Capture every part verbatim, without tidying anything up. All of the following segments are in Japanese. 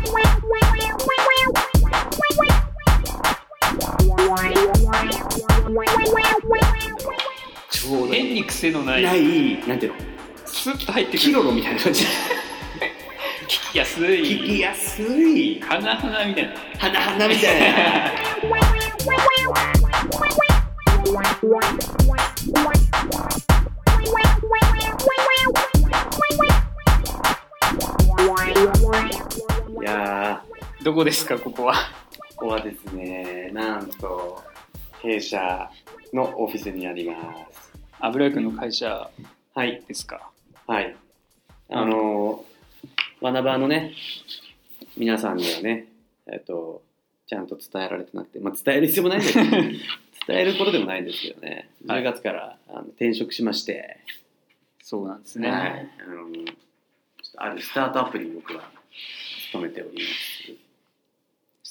ちょうど変に癖のないないなんていうのスッと入ってくるキロロみたいな感じ聞きやすい聞きやすい花々みたいな花々みたいないやーどこですかここは。 ここはですね、なんと弊社のオフィスになります。 油井くんの会社はいですか。 はいあのワナバーのね皆さんにはねえっとちゃんと伝えられてなくて、まあ、伝える必要もないんですけど伝えることでもないんですけどね、じゅうがつからあの転職しまして。 そうなんですね、 はい、あのちょっとあるスタートアップに僕は勤めております。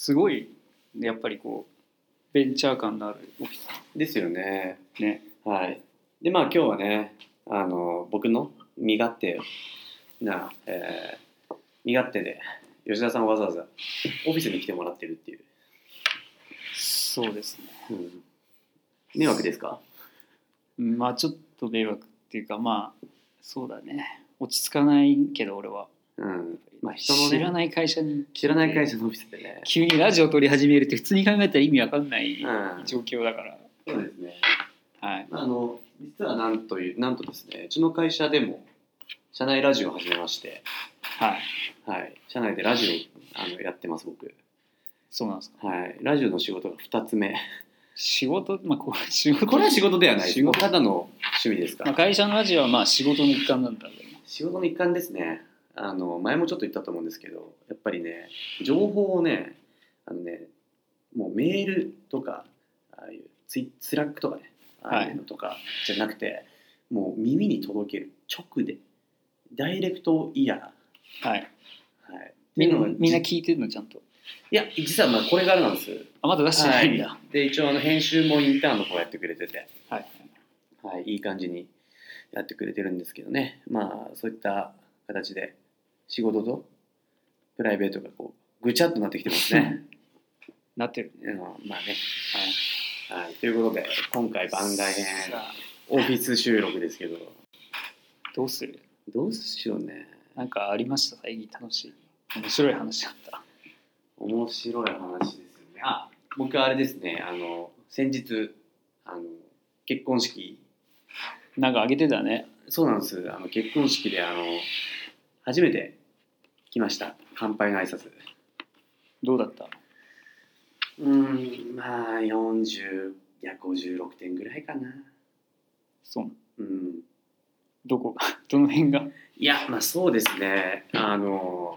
すごいやっぱりこうベンチャー感のあるオフィスですよね。 ね。 はい。でまあ今日はねあの僕の身勝手な、えー、身勝手で吉田さんわざわざオフィスに来てもらってるっていう。 そうですね、 うん、迷惑ですか？ まあちょっと迷惑っていうかまあそうだね落ち着かないけど俺は、 うんまあ、人のね知らない会社に知らない会社のオフィスでね急にラジオを撮り始めるって普通に考えたら意味わかんないうん状況だから、 そうですね。 はい、 あの実はなんというなんとですねうちの会社でも社内ラジオを始めまして、 はいはい、社内でラジオあのやってます僕。 そうなんですか。 はい、ラジオの仕事がふたつめ。 仕事、まあ、これ仕事これは仕事ではないです。 仕事ただの趣味ですから、 まあ、会社のラジオはまあ仕事の一環なんだけど、 仕事の一環ですね。あの前もちょっと言ったと思うんですけどやっぱりね情報をねあのねもうメールとかああいうツイスラックとかねああいうのとかじゃなくて、はい、もう耳に届ける直でダイレクトイヤー、はいはい、 みんなみんな聞いてるのちゃんと。 いや実はまあこれからなんです。 あまだ出してないんだ、 はい、で一応あの編集もインターンの方やってくれてて、 はいはい、いい感じにやってくれてるんですけどね。まあそういった形で仕事とプライベートがこうぐちゃっとなってきてますね。 なってる、 うん、まあね、はいはい、ということで今回番外編オフィス収録ですけどどうするどうしようね。 なんかありました最近楽しい面白い話だった。 面白い話ですよね。あ、僕はあれですねあの先日あの結婚式なんかあげてたね。 そうなんです。あの結婚式であの初めて来ました。乾杯の挨拶。 どうだった？ うーん、まあよんじゅういやごじゅうろくてんぐらいかな。 そう。 うん。 どこどの辺が？ いやまあそうですね。あの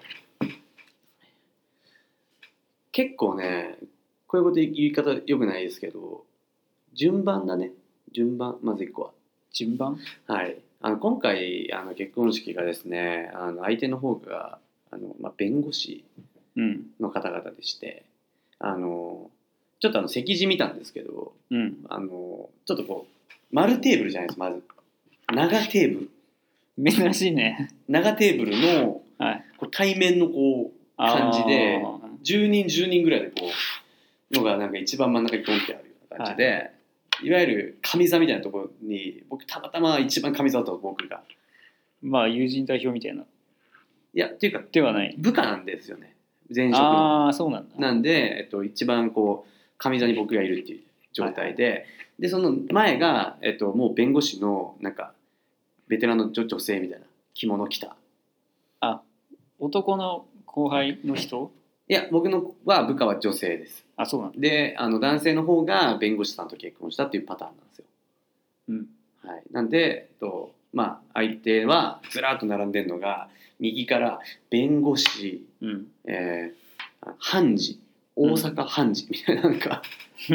結構ねこういうこと言い方良くないですけど順番だね。順番まずいっこは。 順番？ はい。あの今回あの結婚式がですねあの相手の方があの、まあ、弁護士の方々でして、うん、あのちょっとあの席次見たんですけど、うん、あのちょっとこう丸テーブルじゃないですまず長テーブル珍しいね長テーブルの、はい、こう対面のこう感じでじゅうにんじゅうにんぐらいでこうのがなんか一番真ん中にドンってあるような感じで、はいいわゆる上座みたいなところに僕たまたま一番上座だった僕がまあ友人代表みたいないやっていうかではない部下なんですよね前職の。ああそうなんだ。 なんで、えっと、一番こう上座に僕がいるっていう状態で、はい、でその前が、えっと、もう弁護士のなんかベテランの女性みたいな着物着たあ男の後輩の人？ いや僕のは部下は女性です。 あそうなんであの男性の方が弁護士さんと結婚したっていうパターンなんですよ、 うんはい、なんで、えっとまあ、相手はずらっと並んでるのが右から弁護士、うんえー、判事大阪判事みたいななんか、うん、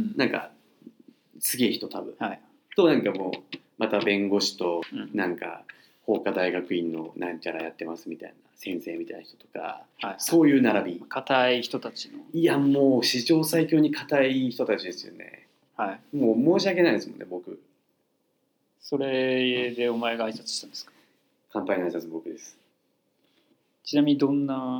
なんかすげえ人多分、はい、となんかもうまた弁護士となんか法科大学院のなんちゃらやってますみたいな先生みたいな人とか、はい、そういう並び固い人たちのいやもう史上最強に固い人たちですよね、はい、もう申し訳ないですもんね僕。 それでお前が挨拶したんですか？ 乾杯の挨拶僕です。 ちなみにどんな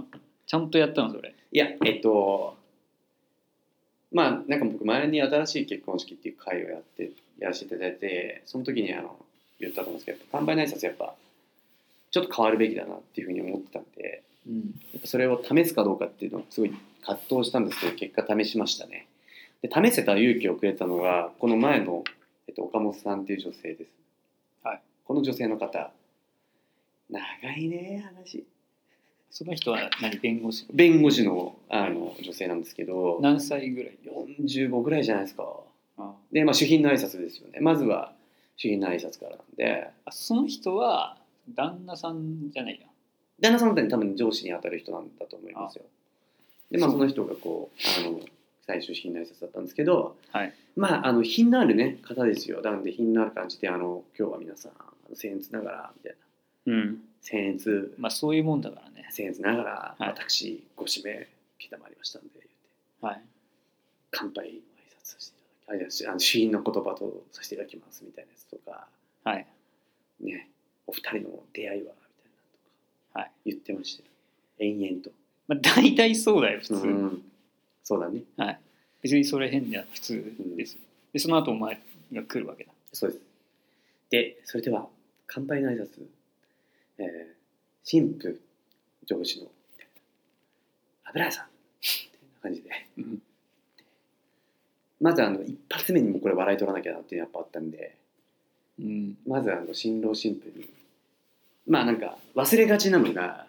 ちゃんとやったのそれ。 いやえっとまあなんか僕前に新しい結婚式っていう会をやってやらせていただいて、その時にあの言ったと思うんですけど、乾杯の挨拶やっぱちょっと変わるべきだなっていうふうに思ってたんで、うん、やっぱそれを試すかどうかっていうのをすごい葛藤したんですけど、結果試しましたね。で試せた勇気をくれたのがこの前の、えっと、岡本さんっていう女性です。 はい。 この女性の方長いね話。 その人は何弁護士弁護士 の, あの女性なんですけど、 何歳ぐらい？ よんじゅうごぐらいじゃないですか。 ああで、まあ、主賓の挨拶ですよね。まずは主賓の挨拶からなんで。 あその人は旦那さんじゃないや。 旦那さんって多分上司に当たる人なんだと思いますよ。で、まあ、その人がこうあの最初主賓の挨拶だったんですけど、 はい、 まああの品のあるね方ですよ。なので品のある感じで、あの今日は皆さん僭越ながらみたいな、うん、僭越、 まあそういうもんだからね。 僭越ながら、はい、私ご指名承りましたんで言って、はい、乾杯の挨拶させていただき、あの主賓の言葉とさせていただきますみたいなやつとか、はいね、お二人の出会いはみたいなとか、はい、言ってましたよ延々と。 まあ大体そうだよ普通、うん、 そうだね、はい、 別にそれ変じゃ普通です、うん、でその後お前が来るわけだ。 そうです。でそれでは乾杯の挨拶、えー、新婦上司の油屋さんって感じで、うん、まずあの一発目にもこれ笑い取らなきゃなっていうのがやっぱあったんで、うん、まずあの新郎新婦にまあなんか忘れがちなのが、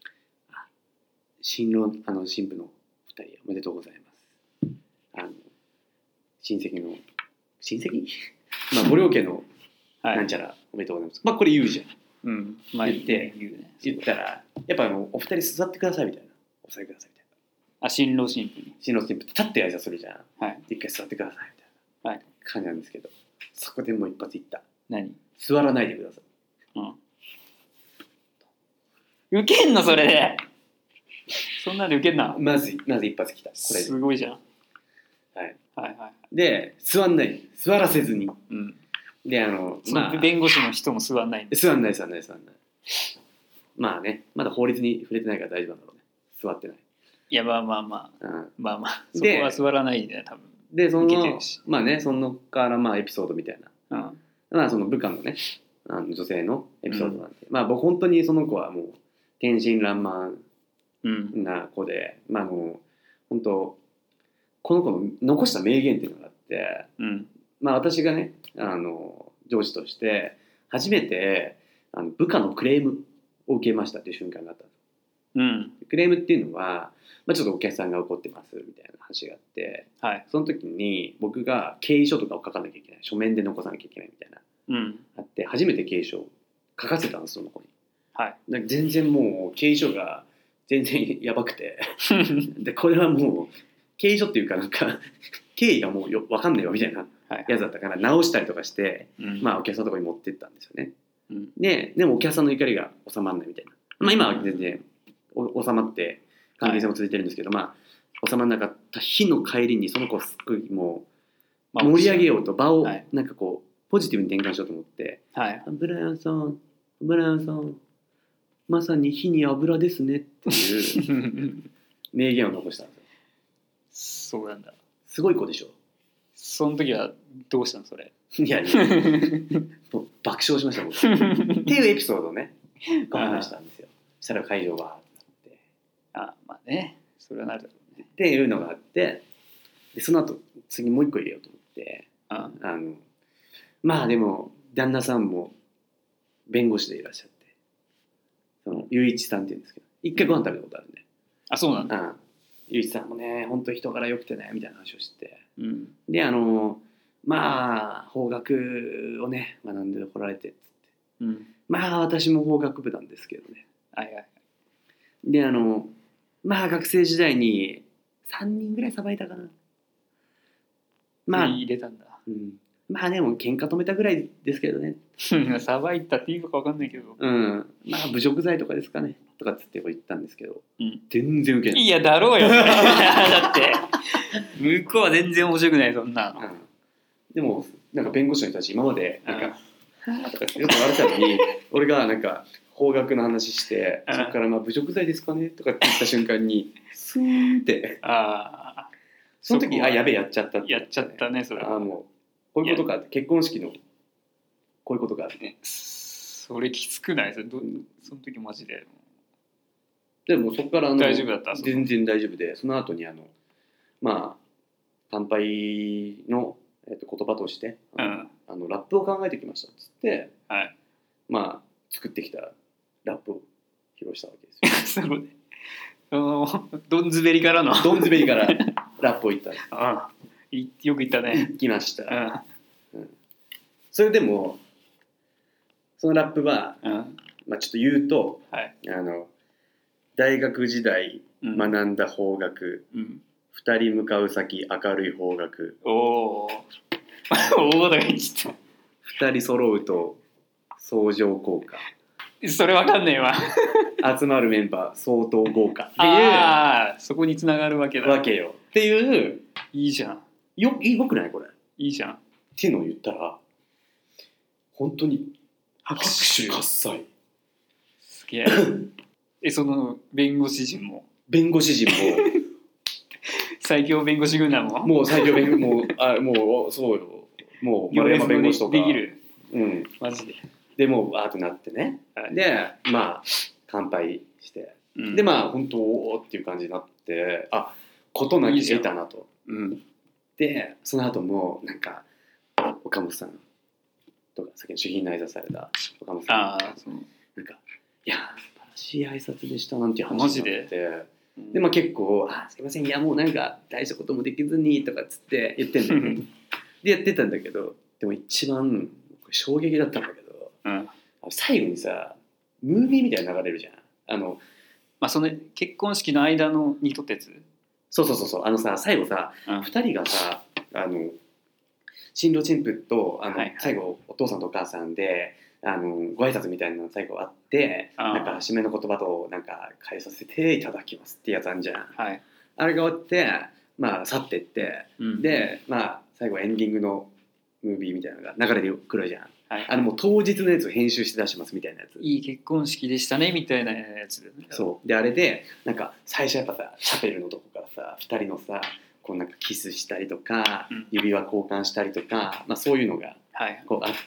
新郎あの新婦のふたりおめでとうございます、あの親戚の親戚まあご両家のなんちゃらおめでとうございます、はい、まあこれ言うじゃん、うん、まあ言って言う、ね、言ったらやっぱあのお二人座ってくださいみたいな、お座りくださいみたいな、 あ新郎新婦に新郎新婦って立って挨拶するじゃん、はい、一回座ってくださいみたいな感じなんですけど、そこでもう一発言った。 何？ 座らないでください。 うん。受けんのそれで。そんなんで受けんな。 まずまず一発来た。これすごいじゃん。はいはいはい。で座んない、座らせずに。うん。であのまあ弁護士の人も座んないんで。座んない座んない座んない。まあね、まだ法律に触れてないから大丈夫なんだろうね。座ってない。 いやまあまあまあ、うん、まあまあそこは座らないで多分。 でそのまあねそのからまあエピソードみたいな、うん、まあその部下のねあの女性のエピソードなんで、うん、まあ僕本当にその子はもう天真爛漫な子で、うん、まああの本当この子の残した名言っていうのがあって、うん、まあ私がねあの上司として初めてあの部下のクレームを受けましたっていう瞬間があったんです。うん、クレームっていうのは、まあ、ちょっとお客さんが怒ってますみたいな話があって、はい、その時に僕が経緯書とかを書かなきゃいけない、書面で残さなきゃいけないみたいな、うん、あって初めて経緯書を書かせたんですその子に、はい、なんか全然もう経緯書が全然やばくてでこれはもう経緯書っていうかなんか経緯がもうよ分かんないよみたいなやつだったから直したりとかして、はい、まあお客さんのところに持ってったんですよね、うん、で, でもお客さんの怒りが収まらないみたいな、まあ、今は全然収まって関係性も続いてるんですけど、はい、まあ収まらなかった日の帰りにその子をすっごいもう盛り上げようと場をなんかこうポジティブに転換しようと思って、はい、油屋さん油屋さんまさに火に油ですねっていう名言を残したんですよ。そうなんだ。 すごい子でしょ。 その時はどうしたのそれ。 いやいやもう爆笑しました僕っていうエピソードをね話したんですよ。そしたら会場があまあねそれはなるだろうねっていうのがあって、でその後次もう一個入れようと思って、ああのまあでも旦那さんも弁護士でいらっしゃって、その雄一さんっていうんですけど一回ご飯食べたことあるんで、 あそうなんだ、うん、 雄一さんもね本当人柄良くてねみたいな話をして、うん、であのまあ法学をね学んでこられてっつって、うん、まあ私も法学部なんですけどね、はいはい、であのまあ学生時代にさんにんぐらいさばいたかな。 まあ入れたんだ、 うん、まあでも喧嘩止めたぐらいですけどねさばいたっていいのか分かんないけど、 うん、まあ侮辱罪とかですかねとかっつって言ったんですけど、うん、全然ウケない。 いやだろうよだって向こうは全然面白くないそんなの、うん、 でもなんか弁護士の人たち今までなんか「はぁ」とかよく言われてたのに俺がなんか邦楽の話してそこからまあ侮辱罪ですかねとかって言った瞬間にスーンってあその時そこはあやべえやっちゃったって、 やっちゃったねそれは。 あもうこういうことかって結婚式のこういうことかってねそれきつくないそれどその時マジででもそこからあの大丈夫だった全然大丈夫でその後にあのまあ乾杯の、えっと言葉としてあの、うん、あのラップを考えてきましたっつって、 はい、 まあ作ってきたラップを披露したわけですよ。 それであのどんずべりからのどんずべりからラップを言ったんです。 ああよく言ったね。 言きました、うんうん、それでもそのラップは、うんまあ、ちょっと言うと、はい、あの大学時代学んだ邦楽、うん、二人向かう先明るい邦楽、 おお大事が言っちゃった二人揃うと相乗効果それわかんねえわ集まるメンバー相当豪華っていうああそこに繋がるわけだわけよっていういいじゃんよよくないこれいいじゃんっていうのを言ったら本当に拍手喝采すげええその弁護士陣も弁護士陣も最強弁護士軍団ももう最強弁護もうあもうそうよもう丸山弁護士とかできるうんマジででもうわーっとなってね、はい、でまあ乾杯して、うん、でまあ本当おーっていう感じになってあ事なき得たなといい、うん、でその後もなんか岡本さんとか先に主賓に挨拶された岡本さんあそうなんかいや素晴らしい挨拶でしたなんていう話になってで, でまあ結構あすいませんいやもうなんか大したこともできずにとかっつって言ってんだけどでやってたんだけどでも一番衝撃だったんだけど、うん、最後にさムービーみたいなの流れるじゃんあの、 まあ、その結婚式の間のに撮ったやつそうそうそうそうあのさ最後さ、うん、ふたりがさあの新郎新婦とあの、はいはい、最後お父さんとお母さんであのご挨拶みたいなの最後あってなんか締めの言葉となんか返させていただきますってやつあんじゃん、はい、あれが終わってまあ去ってって、うん、でまあ最後エンディングのムービーみたいなのが流れてくるじゃん、はい、あのもう当日のやつを編集して出しますみたいなやついい結婚式でしたねみたいなやつ、ね、 そうであれでなんか最初やっぱさチャペルのとこからさふたりのさこうなんかキスしたりとか、うん、指輪交換したりとか、まあ、そういうのがこうあって、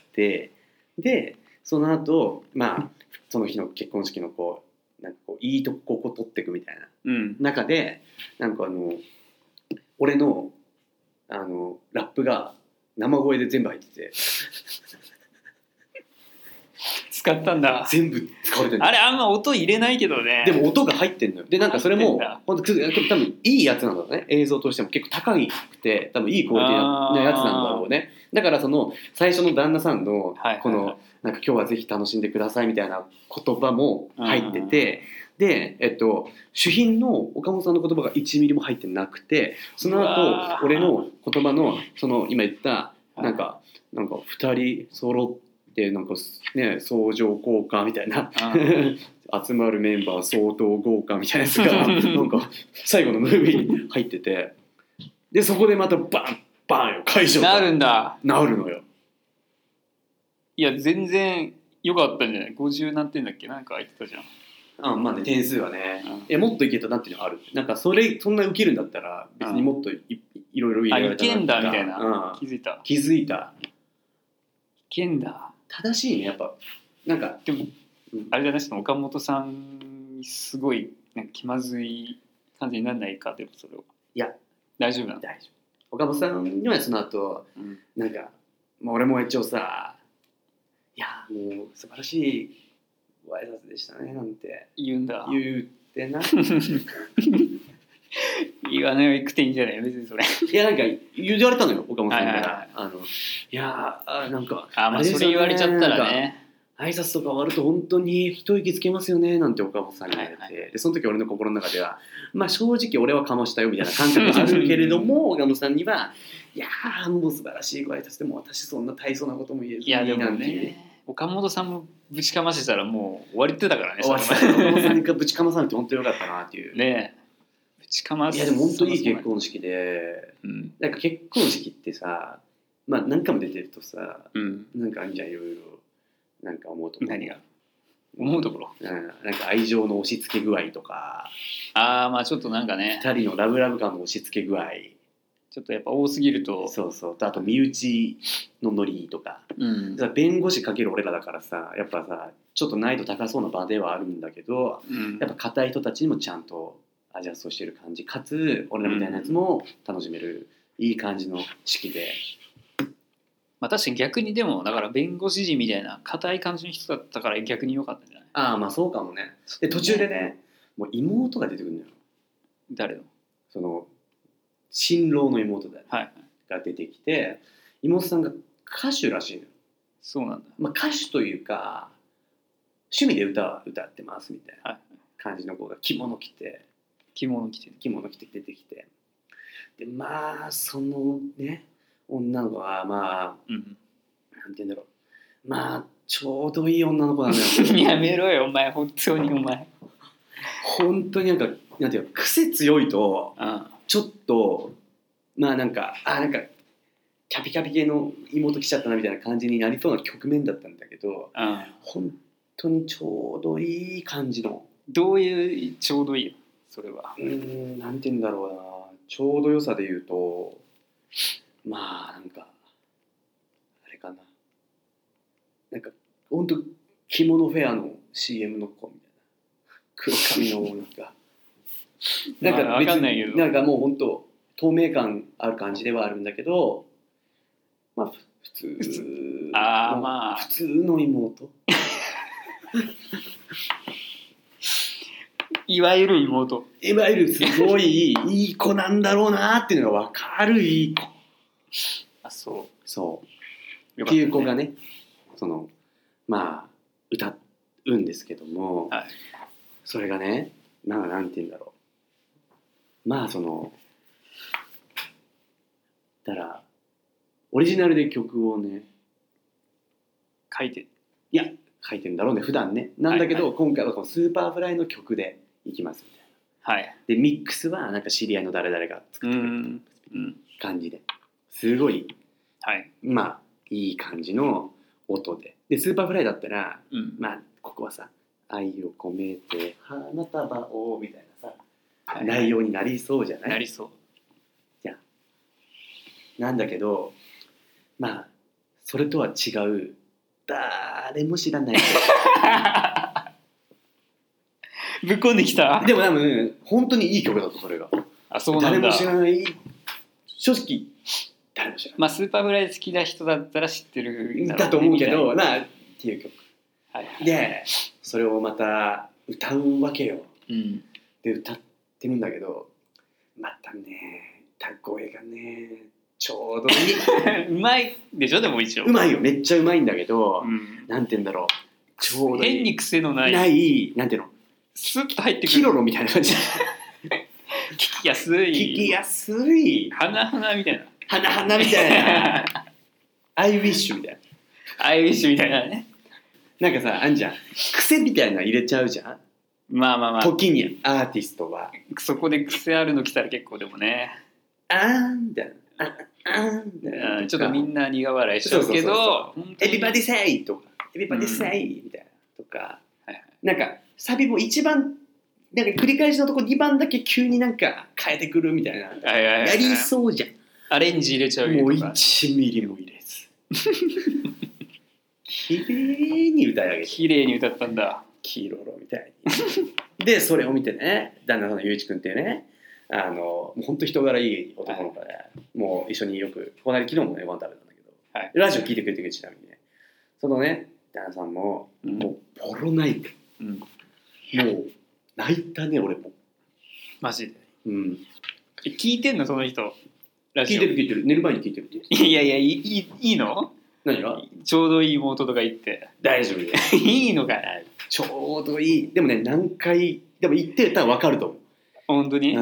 はい、でその後、まあその日の結婚式のこうなんかこういいとここ取っていくみたいな、うん、中でなんかあの俺のあのラップが生声で全部入ってて使ったんだ全部使われてるあれあんま音入れないけどねでも音が入ってんのよでなんかそれも本当多分いいやつなんだろうね映像としても結構高くて多分いいクオリティなやつなんだろうねだからその最初の旦那さんのこのなんか今日はぜひ楽しんでくださいみたいな言葉も入っててで、えっと、主賓の岡本さんの言葉がいちミリも入ってなくてその後俺の言葉のその今言ったなんかなんかふたり揃ってなんかね相乗効果みたいな集まるメンバー相当豪華みたいなやつがなんか最後のムービーに入っててでそこでまたバンバンよ会場がなるんだなるのよいや全然良かったんじゃないごじゅう何点だっけなんか入ってたじゃんあまあね点数はね、うん、えもっといけたなっていうのあるなんかそれそんな受けるんだったら別にもっと い,、うん、いろいろ入れられたなあいけんだみたいな、うん、気づいた気づいたいけんだ正しいねやっぱなんかでも、うん、あれじゃないですか岡本さんにすごいなんか気まずい感じにならないかでもそれはいや大丈夫なの大丈夫岡本さんにはその後、うん、なんか、まあ、俺も一応さいやもう素晴らしいご挨拶でしたねなんて言うんだ言ってな言わないくていいんじゃない別にそれいやなんか言われたのよ岡本さんから、はいはいはい、あのいやあなんかあ、まあ、それ言われちゃったらね挨拶とか終わると本当に一息つけますよねなんて岡本さんに言われて、はいはい、でその時俺の心の中ではまあ正直俺はかましたよみたいな感覚があるけれども岡本さんにはいやーもう素晴らしいご挨拶でも私そんな大層なことも言えずになんていう、ね、 岡本さんもぶちかましてたらもう終わりってたからね終わりってた岡本さんがぶちかまさなくて本当によかったなっていうねえぶちかますいやでも本当にいい結婚式で、うん、なんか結婚式ってさまあ何回も出てるとさ、うん、なんかあんじゃんいろいろなんか思うとこ何が思うところ、 うん、なんか愛情の押し付け具合とか、 ああまあちょっとなんかね、 ふたりのラブラブ感の押し付け具合、 ちょっとやっぱ多すぎると、 そうそう、あと身内のノリとか、 うん、 弁護士かける俺らだからさ、やっぱさちょっと難易度高そうな場ではあるんだけど、 うん、 やっぱ硬い人たちにもちゃんとアジャストしてる感じ、かつ俺らみたいなやつも楽しめる、うん、いい感じの式で。 まあ確かに逆にでもだから弁護士陣みたいな硬い感じの人だったから逆に良かったんじゃない？ ああまあそうかもね。で途中でね、もう妹が出てくるんだよ。 誰の？ その新郎の妹だよ、 はい、 が出てきて、妹さんが歌手らしいのよ。 そうなんだ。 まあ歌手というか趣味で歌は歌ってますみたいな感じの子が着物着て着物着て着物着て出てきて、でまあそのね女の子はまあ、うん、なんて言うんだろう、まあちょうどいい女の子なんだよ。 やめろよお前、本当にお前。 本当になんかなんていうの、癖強いとちょっとまあなんかあなんかキャピキャピ系の妹来ちゃったなみたいな感じになりそうな局面だったんだけど、本当にちょうどいい感じの。 どういうちょうどいいのそれは？ うーんなんて言うんだろうな、ちょうど良さで言うとまあなんかあれかな、なんか本当着物フェアの シーエム の子みたいな黒髪のなんかなんか別になんかもう本当透明感ある感じではあるんだけど、まあ普通あーまあ普通の妹いわゆる妹、 いわゆるすごいいい子なんだろうなっていうのが分かるいい子。 あそうそうっていう子がね、そのまあ歌うんですけども、はい、それがねなんかなんて言うんだろう、まあそのだからオリジナルで曲をね書いていや書いてるんだろうね普段ね、なんだけど、はいはい、今回はこのスーパーフライの曲でいきますみたいな、はい、でミックスはなんか知り合いの誰々が作ってくれる感じですごい、はい、まあいい感じの音で、でスーパーフライだったら、うん、まあここはさ愛を込めて花束をみたいなさ、はいはい、内容になりそうじゃない？ なりそうじゃなんだけどまあそれとは違う誰も知らないぶっこんできた。 でも多分本当にいい曲だとそれが。 あ、そうなんだ。 誰も知らない、正直誰も知らない。 まあスーパーフライ好きな人だったら知ってるだと思うけどなっていう曲、はいはい、でそれをまた歌うわけよ、うん、で歌ってるんだけどまたね歌声がねちょうどいい。 うまいでしょでも一応。 うまいよ、めっちゃうまいんだけど、うん、なんて言うんだろう、ちょうどいい。 変に癖のない。 ない、なんていうの。 スッと入ってくる。 キロロみたいな感じ。 聞きやすい。 聞きやすい。 花花みたいな。 花花みたいな。アイウィッシュみたいな。 アイウィッシュみたいなね。 なんかさ、あんじゃん。癖みたいなの入れちゃうじゃん。 まあまあまあ。 時にアーティストは。 そこで癖あるの来たら結構でもね。 あーみたいな。ああーちょっとみんな苦笑いしちゃうけどエビバディセイとかエビバディセイみたいなとか、はいはい、なんかサビも一番なんか繰り返しのとこにばんだけ急になんか変えてくるみたいな、はいはいはいはい、やりそうじゃん。 アレンジ入れちゃうよ。もういちミリも入れず綺麗に歌い上げて綺麗に歌ったんだキロロみたいにでそれを見てね旦那さんのゆういちくんっていうねあのもう本当人柄いい男の子で、はい、もう一緒によくこの間昨日もねご飯食べたんだけど、はい、ラジオ聞いてくれてるちなみにねそのね旦那さんも、うん、もうボロ泣いて、うん、もう泣いたね俺もマジで、 うん、 聞いてんのその人ラジオ聞いてる聞いてる寝る前に聞いてるっていやいやいいいいの何がちょうどいい妹とか言って大丈夫でいいのかなちょうどいいでもね何回でも言ってたら分かると思う本当に、 うん、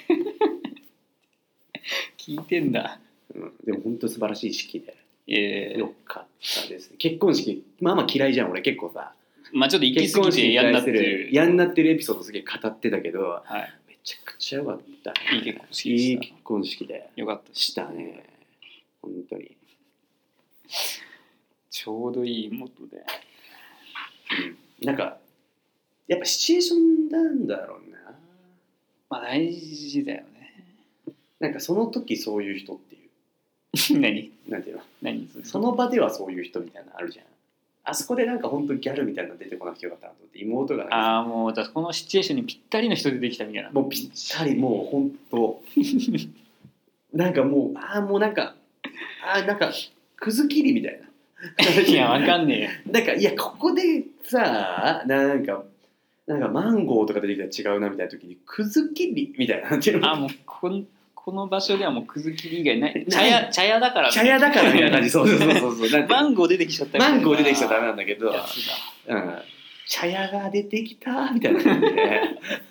聞いてんだ、 うん、でも本当素晴らしい式で、 えー、 よかったです結婚式まあまあ嫌いじゃん俺結構さまあちょっと行き過ぎてやんなってるやんなってるエピソードすげえ語ってたけど、はい、めちゃくちゃよかった、 ね、いい結婚式でしたいい結婚式でよかったしたね本当にちょうどいい妹で、 なんかやっぱシチュエーションなんだろうな。 まあ大事だよね。 なんかその時そういう人っていう何なんていうの何その場ではそういう人みたいなのあるじゃん。あそこでなんか本当ギャルみたいなの出てこなくてよかったなと思って妹がなんかああもう私このシチュエーションにぴったりの人出てきたみたいな。 もうぴったりもう本当なんかもうああもうなんかああなんかくず切りみたいな。 いやわかんねなんかいやここでさなんかなんかマンゴーとか出てきたら違うなみたいな時にくず切りみたいななんていうえ。 のあもうこんこの場所ではもうくず切り以外ない茶屋茶屋だから茶屋だからみたいな感じそうそうそうそうなんてマンゴー出てきちゃったみたいなマンゴー出てきちゃダメなんだけど、 やつだうん、茶屋が出てきたみたいな感じで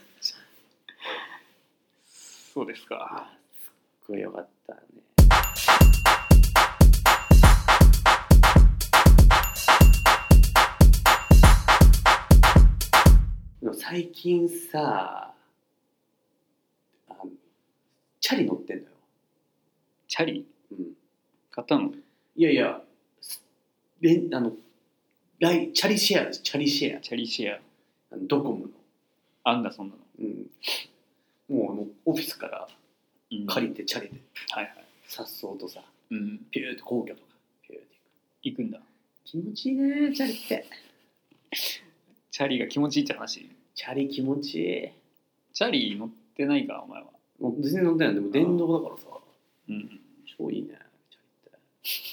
そうですか。 すっごいよかったね。最近さあのチャリ乗ってんのよ。 チャリうん、 買ったの？ いやいやレンあのライチャリシェアですチャリシェアチャリシェアあのドコモの、 あんだそんなの、 うん、もうあのオフィスからうん、 借りてチャリではいはい、 さっそうとさうん、 ピューって皇居とかピューって行くんだ。 気持ちいいねチャリって。 チャリが気持ちいいって話。 チャリ気持ちいい。 チャリ乗ってないかお前は。 もう全然乗ってないでも電動だからさうん超いいねチャリって。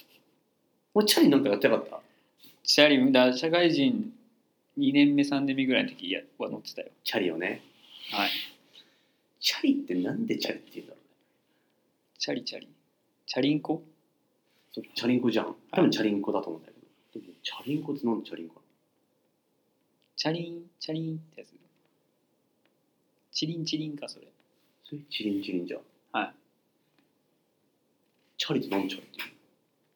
もうチャリ乗ってやってなかった？ チャリだ社会人にねんめさんねんめぐらいの時は乗ってたよ。 チャリをね。 はい。 チャリってなんでチャリって言うんだろうね。 チャリチャリチャリンコ？ そうチャリンコじゃん。多分チャリンコだと思うんだけど、でもチャリンコってなんでチャリンコなの？ チャリンチャリンってやつ。チリンチリンかそれ。 それチリンチリンじゃん。 はい。 チャリってなんでチャリって言うの？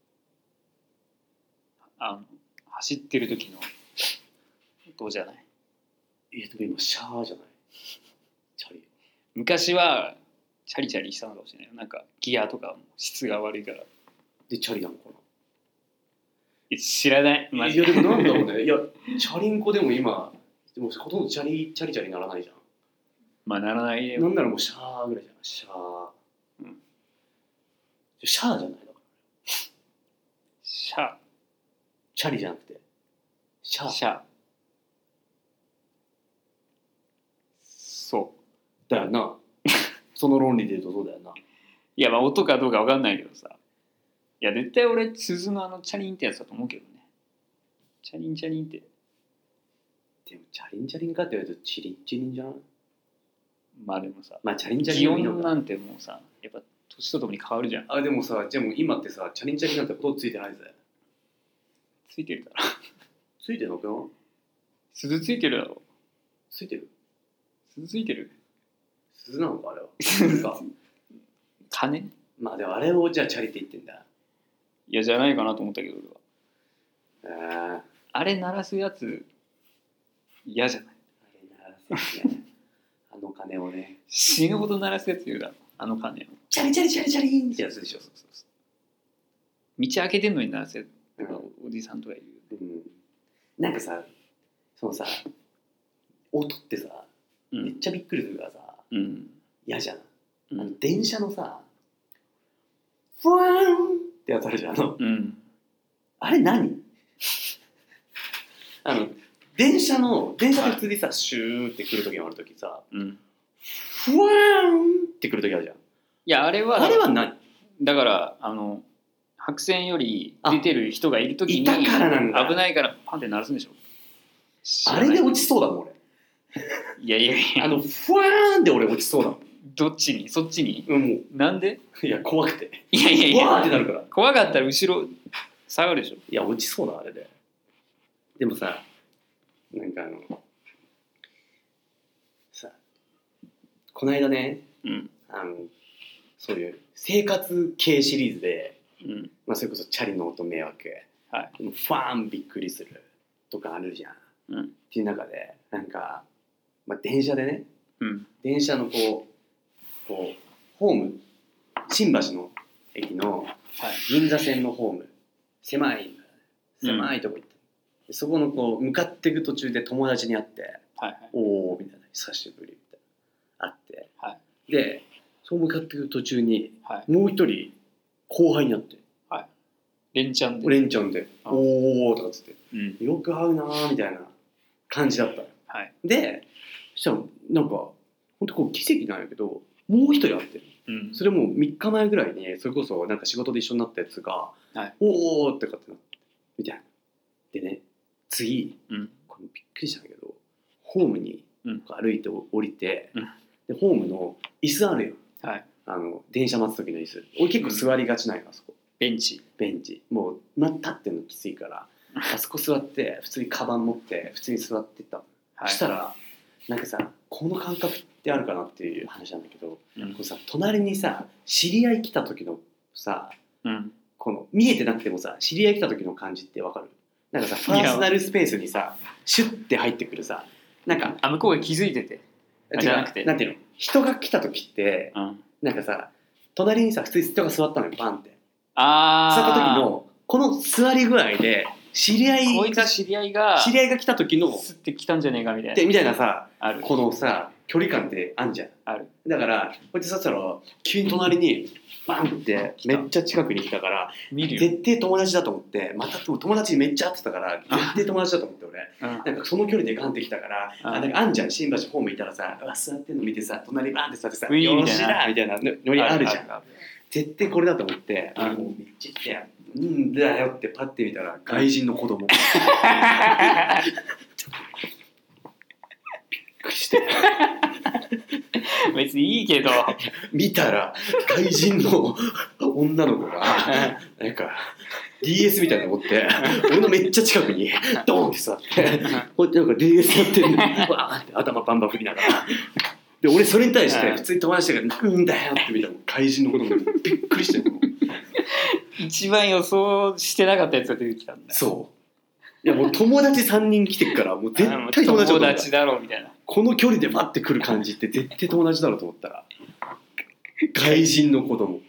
あの走ってる時の音じゃない。 えでも今シャーじゃないチャリ。 昔はチャリチャリしたのかもしれない。なんかギアとかも質が悪いから。 でチャリなのかな。 え知らない。マジいやでもなんだろうね。いやチャリンコでも今でもほとんどチャリチャリチャリならないじゃん。 まあならないよ。 なんならもうシャーぐらいじゃん。シャー。うん。シャーじゃないだから。 シャチャリじゃなくてシャー。 シャそうだよな。その論理で言うとそうだよな。 いやまあ音かどうか分かんないけどさ。いや絶対俺鈴のあのチャリンってやつだと思うけどね。チャリンチャリンって。 でもチャリンチャリンかって言われるとチリンチリンじゃん。 まあでもさ、 まあチャリンチャリ気ンはいいのか温なんてもうさやっぱ年とともに変わるじゃん。 あでもさじゃあもう今ってさチャリンチャリンなんて音ついてないぜ。 ついてるから。 ついてるのかな。 鈴ついてるだろ。 ついてる。 鈴ついてる。 鈴なのかあれは。鈴か。 鐘？ まあでもあれをじゃあチャリって言ってんだ。 いやじゃないかなと思ったけど俺は。 ああ。 あれ鳴らすやつ嫌じゃない？ あれ鳴らすね。あの鐘をね。 死ぬほど鳴らすやついるだろ。あの鐘を。 チャリチャリチャリチャリンってやつでしょ。 そうそうそう。道開けてんのに鳴らすやつとか、うん、おじさんとかいる。 うん。なんかさ、そのさ、音ってさ、うん、めっちゃびっくりするからさ、うん、嫌じゃん。うん、あの電車のさ、ふわーんってやつあるじゃん。あの、うん、あれ何あの電車の電車で普通にさ、はい、シューって来る時もある時さ、うん、ふわーんって来る時あるじゃん。いやあれはあれは何だからあの白線より出てる人がいる時にいたからなんだ。 危ないからパンって鳴らすんでしょ。 あれで落ちそうだもん俺。 いやいやいやあのふわーんで俺落ちそうだもん。 どっちにそっちに、 うん、もうなんでいや怖くていやいやいやわーってなるから怖かったら後ろ下がるでしょ。 いや落ちそうだあれで。でもさなんかあのさこの間ね、うん、あのそういう生活系シリーズで、うんまあ、それこそチャリの音迷惑、はい、ファンびっくりするとかあるじゃん、うん、っていう中でなんか、まあ、電車でね、うん、電車のこうこうホーム新橋の駅の銀座線のホーム狭い狭いとこ行って、 そこのこう向かっていく途中で友達に会って、 はいはい、 おーみたいな久しぶりみたいな会って、 はい、 でそう向かっていく途中に、 はい、 もう一人後輩になって、はい、 連チャンで連チャンでおーとかつって、 うん、 よく会うなーみたいな感じだった、はい、でそしたらなんか本当こう奇跡なんやけどもう一人会ってる、うん、それもみっかまえぐらいにそれこそなんか仕事で一緒になったやつが、はい、おーってかってなってみたいなでね次、うん、これびっくりしたんだけどホームに歩いて降りて、うん、でホームの椅子あるよ、はい、あの電車待つ時の椅子俺結構座りがちなんよあそこベンチベンチもう、ま、立ってんのきついからあそこ座って普通にカバン持って普通に座ってったの、はい、そしたらなんかさこの感覚ってあるかなっていう話なんだけど、うん、こうさ隣にさ知り合い来た時のさ、うん、この見えてなくてもさ知り合い来た時の感じってわかる？なんかさパーソナルスペースにさシュッて入ってくるさなんかあ向こうが気づいててじゃなくてなんていうの人が来た時って、うん、なんかさ隣にさ普通に人が座ったのよバンってあ座った時のこの座り具合で知り合いこいつ知り合いが知り合いが来た時のスッて来たんじゃねえかみたいなでみたいなさあるこのさ距離感ってあんじゃんあるだからこうやってさったら急に隣にバンってめっちゃ近くに来たから見るよ絶対友達だと思ってまた友達にめっちゃ会ってたから絶対友達だと思って俺なんかその距離でガンって来たからあなんかあんじゃん新橋ホームいたらさうわ座ってんの見てさ隣バンって座ってさよろしいなみたいなノリあるじゃん絶対これだと思ってもうめっちゃ来てうんだよってパッて見たら外人の子供びっくりして別にいいけど見たら外人の女の子がなんか ディーエス みたいなの持って俺のめっちゃ近くにドーンって座ってこうやってなんか ディーエス やってるのわーって頭バンバン振りながらで俺それに対して普通に友達がなんだよって見たら外人の子供がびっくりしてるの一番予想してなかったやつが出てきたんだよそういやもう友達さんにん来てるからもう絶対友達だろう友達だろうみたいなこの距離で待ってくる感じって絶対友達だろうと思ったら外人の子供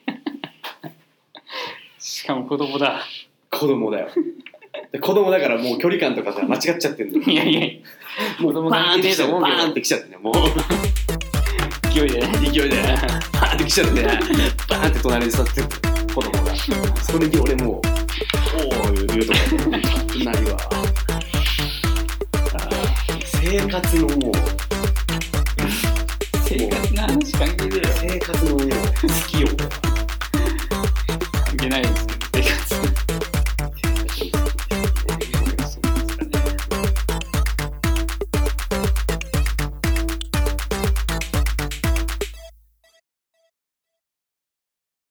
しかも子供だ子供だよで子供だからもう距離感とかさ間違っちゃってるんだよいやいやもう子供関係ねえと思うけどバーンって来ちゃってねもう勢いでね勢いでバーンって来ちゃってバーンって隣に座って子供がそれに俺もうおー言うとかなるわ生活のもう生活の話関係ねえよ生活の上